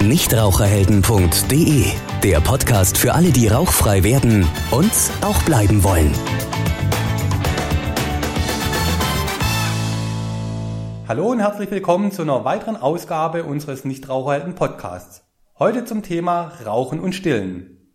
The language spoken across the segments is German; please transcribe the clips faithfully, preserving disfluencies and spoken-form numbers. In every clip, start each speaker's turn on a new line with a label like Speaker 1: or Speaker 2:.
Speaker 1: nichtraucherhelden punkt de, der Podcast für alle, die rauchfrei werden und auch bleiben wollen.
Speaker 2: Hallo und herzlich willkommen zu einer weiteren Ausgabe unseres Nichtraucherhelden-Podcasts. Heute zum Thema Rauchen und Stillen.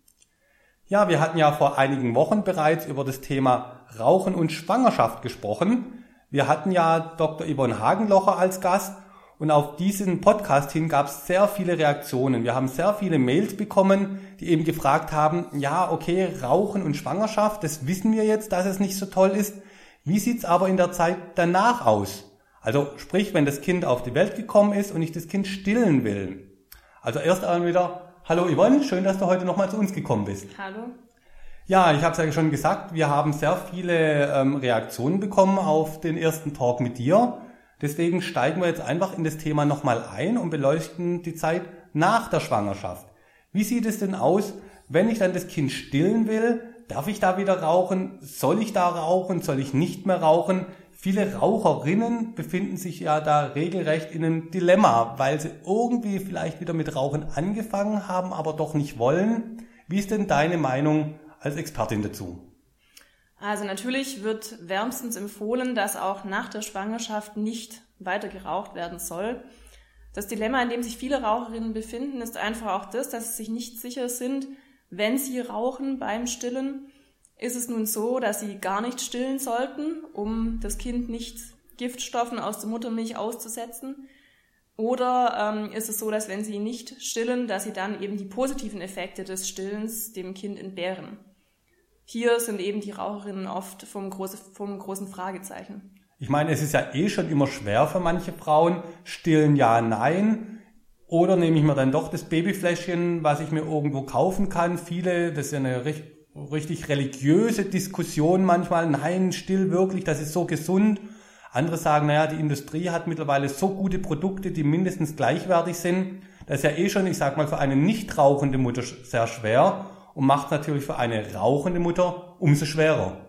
Speaker 2: Ja, wir hatten ja vor einigen Wochen bereits über das Thema Rauchen und Schwangerschaft gesprochen. Wir hatten ja Doktor Yvonne Hagenlocher als Gast und auf diesen Podcast hin gab es sehr viele Reaktionen. Wir haben sehr viele Mails bekommen, die eben gefragt haben, ja, okay, Rauchen und Schwangerschaft, das wissen wir jetzt, dass es nicht so toll ist. Wie sieht's aber in der Zeit danach aus? Also sprich, wenn das Kind auf die Welt gekommen ist und ich das Kind stillen will. Also erst einmal wieder, hallo Yvonne, schön, dass du heute nochmal zu uns gekommen bist.
Speaker 3: Hallo.
Speaker 2: Ja, ich habe es ja schon gesagt, wir haben sehr viele ähm, Reaktionen bekommen auf den ersten Talk mit dir. Deswegen steigen wir jetzt einfach in das Thema nochmal ein und beleuchten die Zeit nach der Schwangerschaft. Wie sieht es denn aus, wenn ich dann das Kind stillen will? Darf ich da wieder rauchen? Soll ich da rauchen? Soll ich nicht mehr rauchen? Viele Raucherinnen befinden sich ja da regelrecht in einem Dilemma, weil sie irgendwie vielleicht wieder mit Rauchen angefangen haben, aber doch nicht wollen. Wie ist denn deine Meinung als Expertin dazu?
Speaker 3: Also natürlich wird wärmstens empfohlen, dass auch nach der Schwangerschaft nicht weiter geraucht werden soll. Das Dilemma, in dem sich viele Raucherinnen befinden, ist einfach auch das, dass sie sich nicht sicher sind, wenn sie rauchen beim Stillen. Ist es nun so, dass sie gar nicht stillen sollten, um das Kind nicht Giftstoffen aus der Muttermilch auszusetzen? Oder ähm, ist es so, dass wenn sie nicht stillen, dass sie dann eben die positiven Effekte des Stillens dem Kind entbehren? Hier sind eben die Raucherinnen oft vom, große, vom großen Fragezeichen.
Speaker 2: Ich meine, es ist ja eh schon immer schwer für manche Frauen. Stillen ja, nein. Oder nehme ich mir dann doch das Babyfläschchen, was ich mir irgendwo kaufen kann. Viele, das ist ja eine richtig, richtig religiöse Diskussion manchmal. Nein, still wirklich, das ist so gesund. Andere sagen, naja, die Industrie hat mittlerweile so gute Produkte, die mindestens gleichwertig sind. Das ist ja eh schon, ich sag mal, für eine nicht rauchende Mutter sehr schwer und macht es natürlich für eine rauchende Mutter umso schwerer.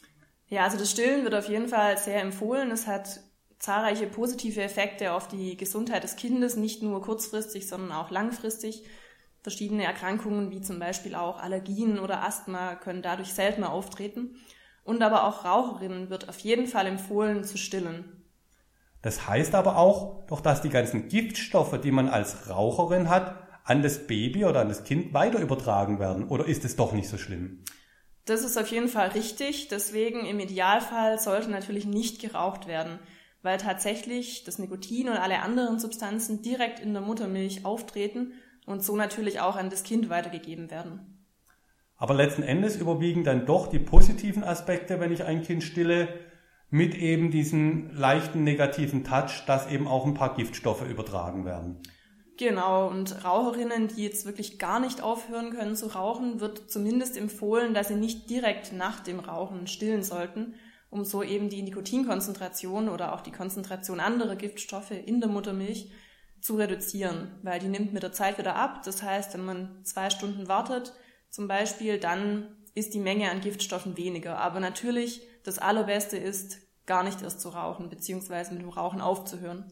Speaker 3: Ja, also das Stillen wird auf jeden Fall sehr empfohlen. Es hat zahlreiche positive Effekte auf die Gesundheit des Kindes, nicht nur kurzfristig, sondern auch langfristig. Verschiedene Erkrankungen wie zum Beispiel auch Allergien oder Asthma können dadurch seltener auftreten. Und aber auch Raucherinnen wird auf jeden Fall empfohlen zu stillen.
Speaker 2: Das heißt aber auch, doch dass die ganzen Giftstoffe, die man als Raucherin hat, an das Baby oder an das Kind weiter übertragen werden. Oder ist es doch nicht so schlimm?
Speaker 3: Das ist auf jeden Fall richtig. Deswegen im Idealfall sollte natürlich nicht geraucht werden, weil tatsächlich das Nikotin und alle anderen Substanzen direkt in der Muttermilch auftreten und so natürlich auch an das Kind weitergegeben werden.
Speaker 2: Aber letzten Endes überwiegen dann doch die positiven Aspekte, wenn ich ein Kind stille, mit eben diesem leichten negativen Touch, dass eben auch ein paar Giftstoffe übertragen werden.
Speaker 3: Genau, und Raucherinnen, die jetzt wirklich gar nicht aufhören können zu rauchen, wird zumindest empfohlen, dass sie nicht direkt nach dem Rauchen stillen sollten, um so eben die Nikotinkonzentration oder auch die Konzentration anderer Giftstoffe in der Muttermilch zu reduzieren, weil die nimmt mit der Zeit wieder ab. Das heißt, wenn man zwei Stunden wartet zum Beispiel, dann ist die Menge an Giftstoffen weniger. Aber natürlich, das Allerbeste ist, gar nicht erst zu rauchen, beziehungsweise mit dem Rauchen aufzuhören.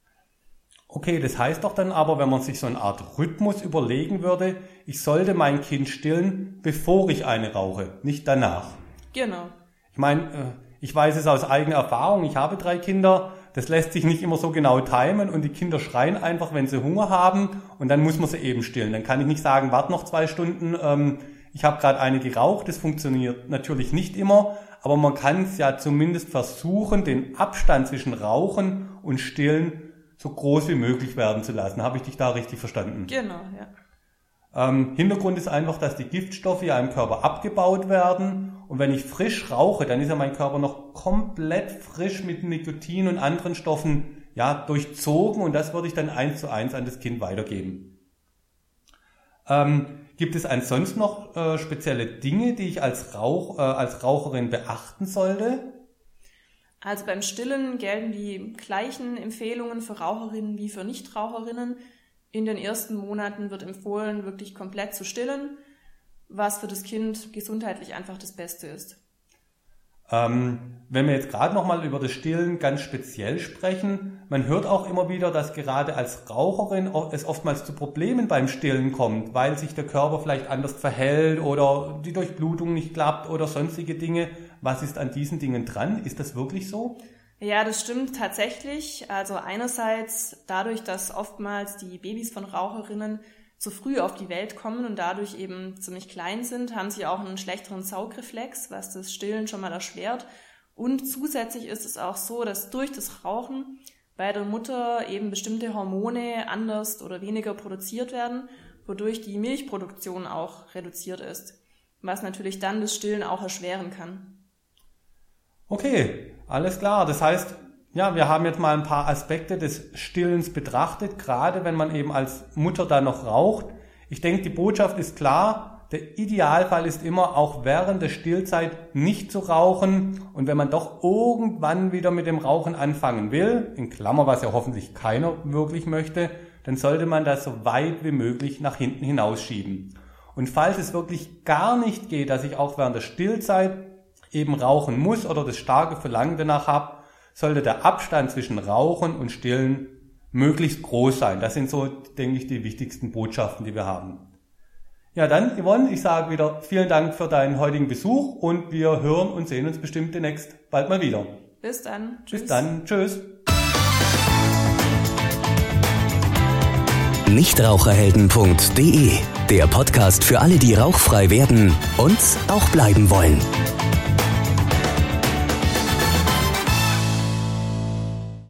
Speaker 2: Okay, das heißt doch dann aber, wenn man sich so eine Art Rhythmus überlegen würde, ich sollte mein Kind stillen, bevor ich eine rauche, nicht danach.
Speaker 3: Genau.
Speaker 2: Ich meine, ich weiß es aus eigener Erfahrung, ich habe drei Kinder, das lässt sich nicht immer so genau timen und die Kinder schreien einfach, wenn sie Hunger haben und dann muss man sie eben stillen. Dann kann ich nicht sagen, warte noch zwei Stunden, ähm, ich habe gerade eine geraucht, das funktioniert natürlich nicht immer, aber man kann es ja zumindest versuchen, den Abstand zwischen Rauchen und Stillen so groß wie möglich werden zu lassen. Habe ich dich da richtig verstanden?
Speaker 3: Genau, ja.
Speaker 2: Ähm, Hintergrund ist einfach, dass die Giftstoffe ja im Körper abgebaut werden und wenn ich frisch rauche, dann ist ja mein Körper noch komplett frisch mit Nikotin und anderen Stoffen ja durchzogen und das würde ich dann eins zu eins an das Kind weitergeben. Ähm, gibt es ansonsten noch äh, spezielle Dinge, die ich als, Rauch, äh, als Raucherin beachten sollte?
Speaker 3: Also beim Stillen gelten die gleichen Empfehlungen für Raucherinnen wie für Nichtraucherinnen. In den ersten Monaten wird empfohlen, wirklich komplett zu stillen, was für das Kind gesundheitlich einfach das Beste ist.
Speaker 2: Ähm, wenn wir jetzt gerade nochmal über das Stillen ganz speziell sprechen, man hört auch immer wieder, dass gerade als Raucherin es oftmals zu Problemen beim Stillen kommt, weil sich der Körper vielleicht anders verhält oder die Durchblutung nicht klappt oder sonstige Dinge. Was ist an diesen Dingen dran? Ist das wirklich so?
Speaker 3: Ja, das stimmt tatsächlich. Also einerseits dadurch, dass oftmals die Babys von Raucherinnen zu früh auf die Welt kommen und dadurch eben ziemlich klein sind, haben sie auch einen schlechteren Saugreflex, was das Stillen schon mal erschwert. Und zusätzlich ist es auch so, dass durch das Rauchen bei der Mutter eben bestimmte Hormone anders oder weniger produziert werden, wodurch die Milchproduktion auch reduziert ist, was natürlich dann das Stillen auch erschweren kann.
Speaker 2: Okay, alles klar. Das heißt, ja, wir haben jetzt mal ein paar Aspekte des Stillens betrachtet, gerade wenn man eben als Mutter da noch raucht. Ich denke, die Botschaft ist klar. Der Idealfall ist immer, auch während der Stillzeit nicht zu rauchen. Und wenn man doch irgendwann wieder mit dem Rauchen anfangen will, in Klammer, was ja hoffentlich keiner wirklich möchte, dann sollte man das so weit wie möglich nach hinten hinausschieben. Und falls es wirklich gar nicht geht, dass ich auch während der Stillzeit eben rauchen muss oder das starke Verlangen danach habe, sollte der Abstand zwischen Rauchen und Stillen möglichst groß sein. Das sind so, denke ich, die wichtigsten Botschaften, die wir haben. Ja, dann, Yvonne, ich sage wieder vielen Dank für deinen heutigen Besuch und wir hören und sehen uns bestimmt demnächst bald mal wieder.
Speaker 3: Bis dann. Tschüss.
Speaker 2: Bis dann. Tschüss.
Speaker 1: nichtraucherhelden punkt de, der Podcast für alle, die rauchfrei werden und auch bleiben wollen.